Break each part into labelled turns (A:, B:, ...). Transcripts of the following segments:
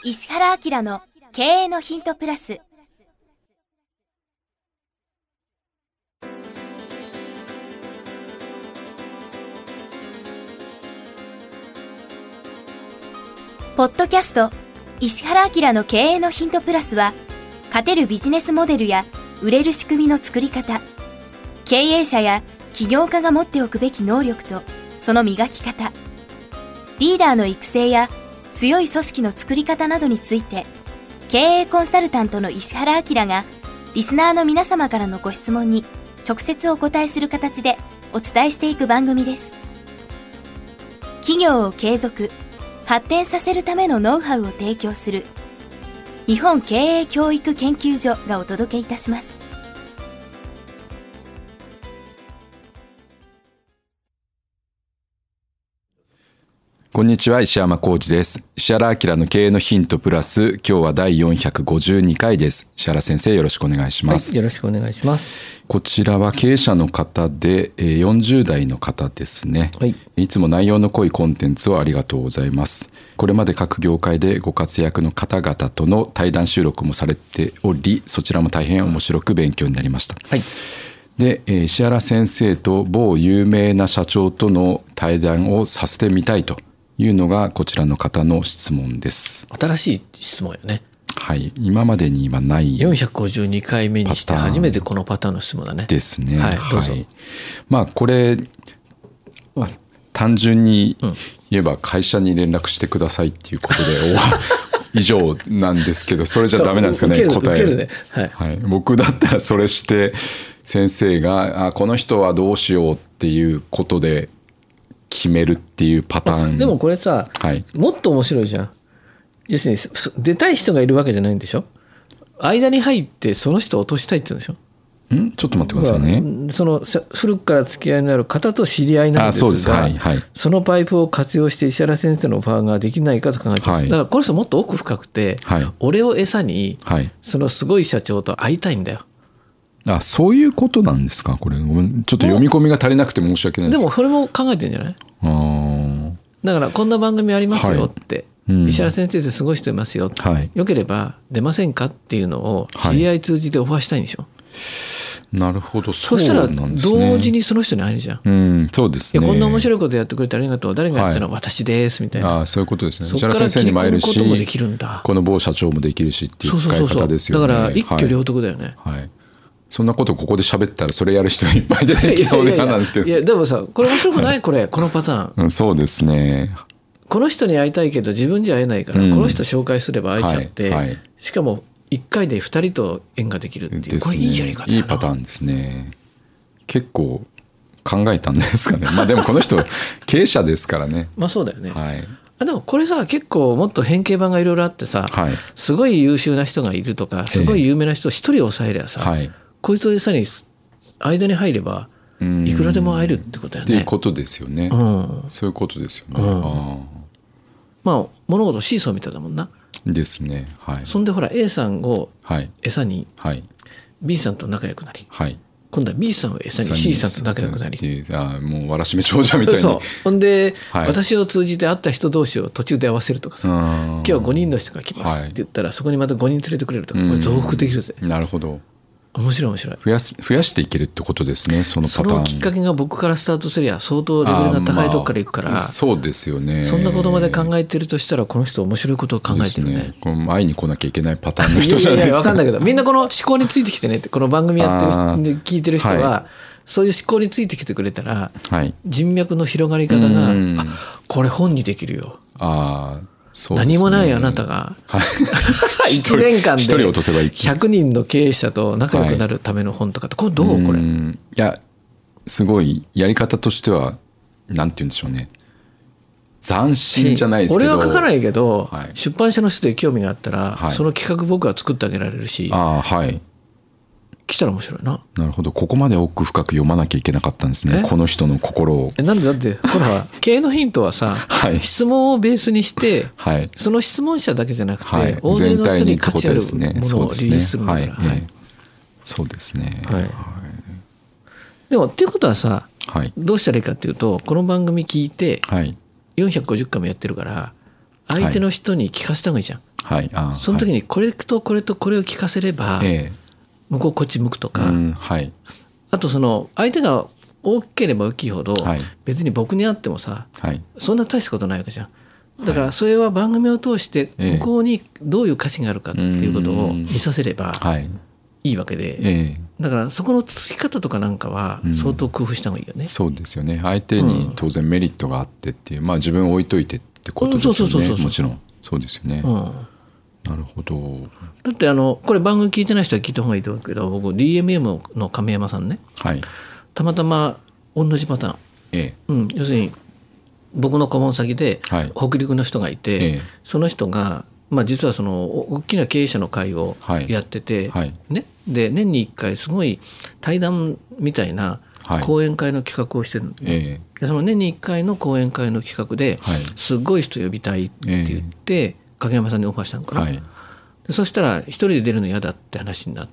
A: 石原明の経営のヒントプラス。ポッドキャスト石原明の経営のヒントプラスは、勝てるビジネスモデルや売れる仕組みの作り方、経営者や起業家が持っておくべき能力とその磨き方、リーダーの育成や強い組織の作り方などについて、経営コンサルタントの石原明がリスナーの皆様からのご質問に直接お答えする形でお伝えしていく番組です。企業を継続発展させるためのノウハウを提供する日本経営教育研究所がお届けいたします。
B: こんにちは、石山浩二です。石原明の経営のヒントプラス、今日は第452回です。石原先生、よろしくお願いします。
C: はい、よろしくお願いします。
B: こちらは経営者の方で40代の方ですね。
C: はい、
B: いつも内容の濃いコンテンツをありがとうございます。これまで各業界でご活躍の方々との対談収録もされており、そちらも大変面白く勉強になりました。
C: はい。
B: で、石原先生と某有名な社長との対談をさせてみたいというのがこちらの方の質問です。
C: 新しい質問よね。
B: はい、今までにはない
C: 452回目にして初めてこのパターンの質問だね。
B: ですね。
C: はい、どうぞ。
B: まあこれ、単純に言えば会社に連絡してくださいっていうことで以上なんですけど、それじゃダメなんですかね、答え。
C: ね。はい。
B: 僕だったらそれして先生がこの人はどうしようっていうことで決めるっていうパターン。
C: でもこれさ、
B: はい、
C: もっと面白いじゃん。要するに出たい人がいるわけじゃないんでしょ。間に入ってその人を落としたいって言うんでしょ。
B: ちょっと待ってくださいね。
C: その古くから付き合いのある方と知り合いなんですが、そのパイプを活用して石原先生のオファーができないかと考えてます。だからこの人もっと奥深くて、俺を餌にそのすごい社長と会いたいんだよ。
B: そういうことなんですか。これちょっと読み込みが足りなくて申し訳ないです。
C: でもそれも考えてるんじゃない？だからこんな番組ありますよって、石原先生ってすごい人いますよ、よければ出ませんかっていうのを知り合い通じてオファーしたいんでしょ。
B: なるほど。
C: そしたら同時にその人に会えるじゃん。
B: そうですね。
C: こんな面白いことやってくれてありがとう、誰がやったの？私ですみたいな。
B: そういうことですね。
C: そこから切り込むこともできるんだ。
B: この某社長もできるしっていう使い方ですよね。
C: だから一挙両得だよね。
B: そんなことここで喋ったらそれやる人いっぱい出てきたので嫌なんですけど。
C: いやでもさ、これ面白くない？このパターン。
B: そうですね。
C: この人に会いたいけど自分じゃ会えないから、この人紹介すれば会えちゃって、しかも1回で2人と縁ができるっていう、これいいやり方だな。
B: いいパターンですね。結構考えたんですかね。でもこの人経営者ですからね。
C: そうだよね。でもこれさ、結構もっと変形版がいろいろあってさ、すごい優秀な人がいるとか、すごい有名な人1人抑えればさ、こいつを餌に間に入ればいくらでも会えるってことだよね。
B: っていうことですよね。そういうことですよね。
C: 物事シーソーみたいだもんな。
B: ですね。
C: そんでほら A さんを餌に B さんと仲良くなり、今度は B さんを餌に C さんと仲良くなり、
B: もうわらしべ長者みたいに。
C: ほんで、私を通じて会った人同士を途中で合わせるとかさ、今日は5人の人が来ますって言ったら、そこにまた5人連れてくれるとか、これ増幅できるぜ。
B: なるほど。
C: 面白い面白い。
B: 増やしていけるってことですね。そのパターン。
C: そのきっかけが僕からスタートすりゃ相当レベルが高いとこからいくから、
B: そうですよね。
C: そんなことまで考えてるとしたら、この人面白いことを考えてるね。
B: 会いに来なきゃいけないパターンの人じゃないですか。
C: 分かんないけど、みんなこの思考についてきてねって、この番組やってる聞いてる人は、そういう思考についてきてくれたら、人脈の広がり方がこれ本にできるよ。何もないあなたが1年間で100人の経営者と仲良くなるための本とかって、これどう？これ
B: いや、すごいやり方としてはなんて言うんでしょうね、斬新じゃないですけど、
C: 俺は書かないけど、出版社の人で興味があったら、その企画僕は作ってあげられるし、来たら面白いな。
B: なるほど。ここまで奥深く読まなきゃいけなかったんですね、この人の心を。
C: なんでだってほら経営のヒントはさ、質問をベースにして、その質問者だけじゃなくて、大勢の人に価値あるものをリリースするんだから。
B: そうですね。
C: でもっていうことはさ、どうしたらいいかっていうと、この番組聞いて450回もやってるから、相手の人に聞かせた方がいいじゃん。
B: はい、
C: その時にこれとこれとこれを聞かせれば、向こうこっち向くとか、
B: はい、
C: あとその相手が大きければ大きいほど、別に僕に会ってもさ、そんな大したことないわけじゃん。だからそれは番組を通して向こうにどういう価値があるかっていうことを見させればいいわけで、だからそこのつき方とかなんかは相当工夫した方がいいよね。
B: そうですよね。相手に当然メリットがあってっていう、自分を置いといてってことですよね。もちろんそうですよね。なるほど。
C: だってこれ番組聞いてない人は聞いた方がいいと思うけど、僕 DMM の亀山さんね、たまたま同じパターン、要するに僕の顧問先で北陸の人がいて、その人が、実はその大きな経営者の会をやってて、ね、で年に1回すごい対談みたいな講演会の企画をしてるの、でその年に1回の講演会の企画ですごい人呼びたいって言って、影山さんにオファーしたのかな、でそしたら一人で出るの嫌だって話になって、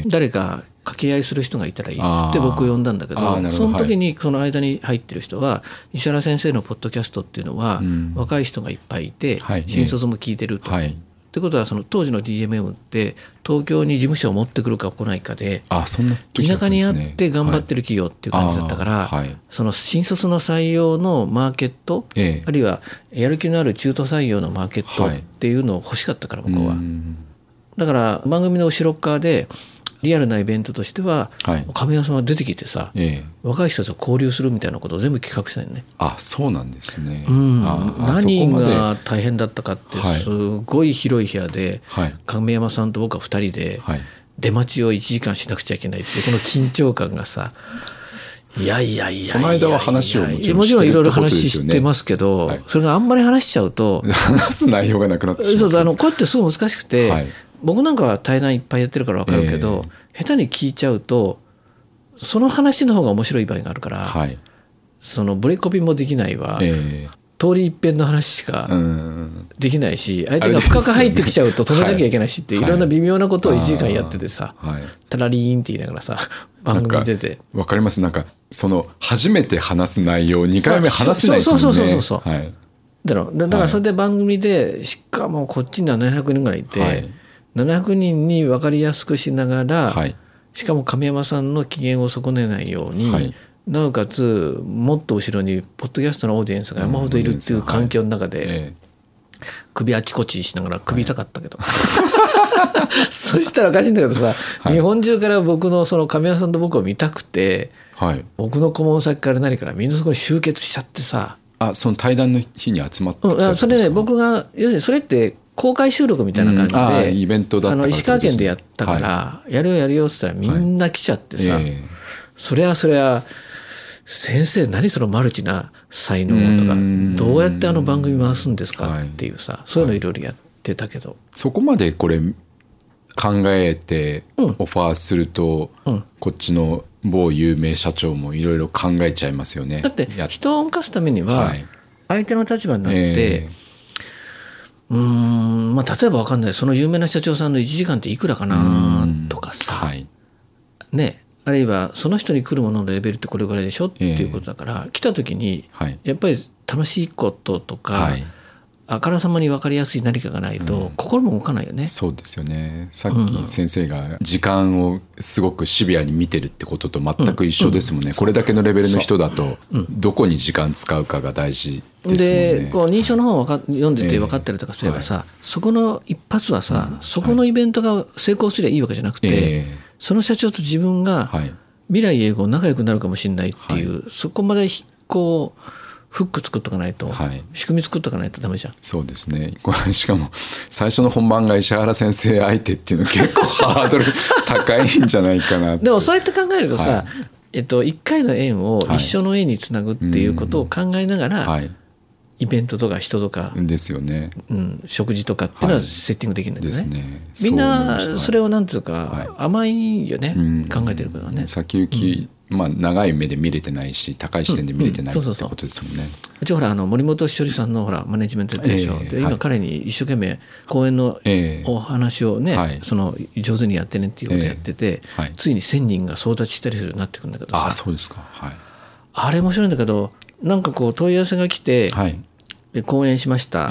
C: 誰か掛け合いする人がいたらいいって僕を呼んだんだけど、その時にその間に入ってる人は石原先生のポッドキャストっていうのは若い人がいっぱいいて、新卒も聞いてると。ってことはその当時の DMM って東京に事務所を持ってくるか来ないかで、田舎にあって頑張ってる企業っていう感じだったから、その新卒の採用のマーケット、あるいはやる気のある中途採用のマーケットっていうのを欲しかったから向こうは。だから番組の後ろ側でリアルなイベントとしては、亀山さんが出てきてさ、若い人たちと交流するみたいなことを全部企画したよね。
B: そうなんですね。
C: 何が大変だったかってすごい広い部屋で、亀山さんと僕は2人で出待ちを1時間しなくちゃいけないっていうこの緊張感がさ、いや
B: その間は話をもちろん
C: いろいろ話してますけど、それがあんまり話しちゃうと
B: 話す内容がなくなってしまう。
C: こうやってすごい難しくて、僕なんかは対談いっぱいやってるから分かるけど、下手に聞いちゃうとその話の方が面白い場合があるから、そのブレコピもできないわ、通り一遍の話しかできないし、相手が深く入ってきちゃうと止めなきゃいけないしっていろんな微妙なことを1時間やっててさ、タラリーンって言いながらさ番組出て。
B: わかります。なんかその初めて話す内容を2回目話せないですもんね。
C: そうだからそれで番組でしかもこっちには700人ぐらいいて、700人に分かりやすくしながら、しかも亀山さんの機嫌を損ねないように、なおかつもっと後ろにポッドキャストのオーディエンスが山ほどいるっていう環境の中で、首あちこちしながら首痛かったけど、そしたらおかしいんだけどさ、日本中から僕のその亀山さんと僕を見たくて、僕の顧問先から何からみんなそこに集結しちゃってさ、
B: その対談の日に集まってきた。
C: それね、僕が要するにそれって公開収録みたいな感じで、
B: イベントだったから
C: 石川県でやったから、やるよやるよっつったらみんな来ちゃってさ、そりゃ先生何そのマルチな才能とか、どうやって番組回すんですかっていうさ、そういうのいろいろやってたけど、
B: そこまでこれ考えてオファーすると、こっちの某有名社長もいろいろ考えちゃいますよね。
C: だって人を動かすためには相手の立場になって、例えば分かんない、その有名な社長さんの1時間っていくらかなとかさ、ね、あるいはその人に来るもののレベルってこれぐらいでしょっていうことだから、来た時にやっぱり楽しいこととか、あからさまに分かりやすい何かがないと心も動かないよね。
B: そうですよね。さっき先生が時間をすごくシビアに見てるってことと全く一緒ですもんね。これだけのレベルの人だとどこに時間使うかが大事ですもんね。
C: でこう認証の本を読んでて分かったりとかすればさ、そこの一発はさ、そこのイベントが成功すればいいわけじゃなくて、その社長と自分が未来永劫仲良くなるかもしれないっていう、そこまでこうフック作っとかないと、仕組み作っとかないとダメじゃん。
B: そうですね。これしかも最初の本番が石原先生相手っていうの結構ハードル高いんじゃないかな
C: でもそうやって考えるとさ、1回の縁を一緒の縁につなぐっていうことを考えながら、イベントとか人とか
B: ですよね、
C: 食事とかっていうのはセッティングできるんだよね。みんなそれをなんつうか甘いよね、考えてるからね。
B: 先行き、長い目で見れてないし、高い視点で見れてないってことですもんね。
C: うちほら森本しおりさんのほらマネジメントやってるでしょ。で今彼に一生懸命講演のお話をね、その上手にやってねっていうことやってて、ついに1000人が総立ちしたりするようになってくるんだけどさ。
B: そうですか。
C: あれ面白いんだけど、なんかこう問い合わせが来て、講演しました、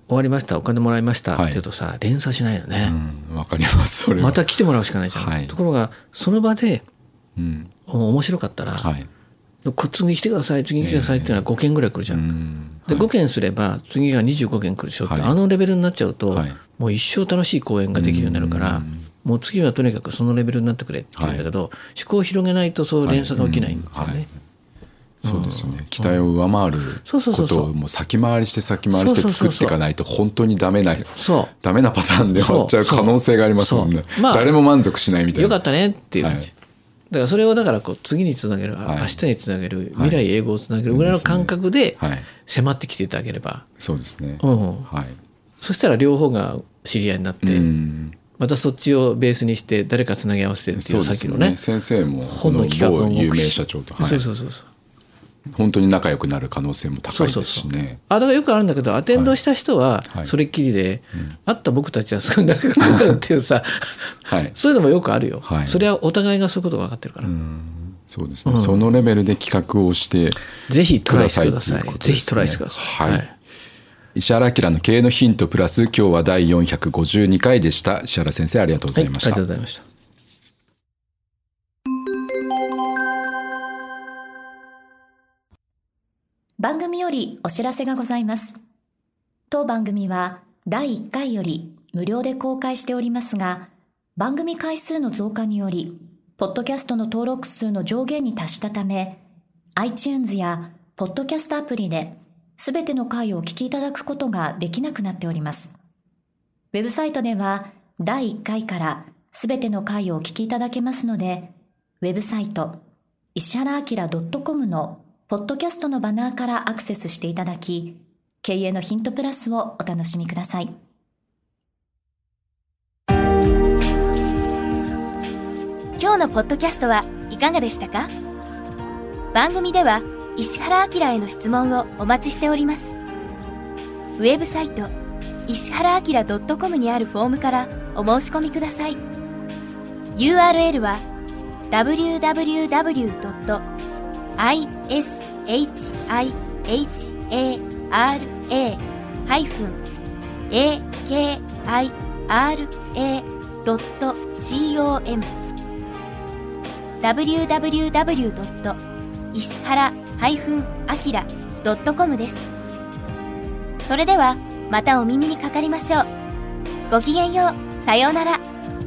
C: 終わりましたお金もらいましたって言うとさ、連鎖しないよね。
B: わかります。それは
C: また来てもらうしかないじゃん、はい、ところがその場で、面白かったら、はい、次来てください次来てくださいっていうのは5件ぐらい来るじゃん、で5件すれば次が25件来るでしょって、あのレベルになっちゃうと、もう一生楽しい講演ができるようになるから、もう次はとにかくそのレベルになってくれって言うんだけど、思考を広げないとそう連鎖が起きないんですよね。
B: そうですよね。期待を上回ることをもう先回りして作っていかないと本当にダメなパターンで終わっちゃう可能性がありますもんね。誰も満足しないみたいな。
C: よかったねっていう感じ。だからそれをだから次につなげる、明日につなげる、未来永劫をつなげるぐらいの感覚で迫ってきていただければ。
B: そうですね。
C: そしたら両方が知り合いになって。またそっちをベースにして誰かつなぎ合わせてっていうさっきのね
B: 先生も本の企画を有名社長と本当に仲良くなる可能性も高いですしね。
C: だからよくあるんだけどアテンドした人はそれっきりで、会った僕たちはすぐ仲良くなるっていうさ、そういうのもよくあるよ、それはお互いがそういうことが分かってるから。
B: そうですね、そのレベルで企画をして
C: ぜひトライしてください。ぜひトライしてください。
B: 石原明の経営のヒントプラス、今日は第452回でした。石原先生ありがとうございました。
C: ありがとうございました。
A: 番組よりお知らせがございます。当番組は第1回より無料で公開しておりますが、番組回数の増加によりポッドキャストの登録数の上限に達したため、 iTunes やポッドキャストアプリですべての回をお聞きいただくことができなくなっております。ウェブサイトでは第1回からすべての回をお聞きいただけますので、ウェブサイト石原明 .com のポッドキャストのバナーからアクセスしていただき、経営のヒントプラスをお楽しみください。今日のポッドキャストはいかがでしたか？番組では石原明への質問をお待ちしております。ウェブサイト石原明 .com にあるフォームからお申し込みください。 URL は www.ishihara-akira.com www. 石原-akira.com です。それではまたお耳にかかりましょう。ごきげんよう。さようなら。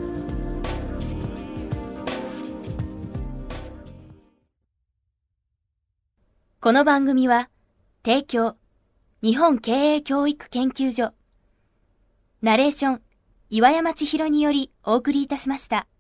A: この番組は提供日本経営教育研究所、ナレーション岩山千尋によりお送りいたしました。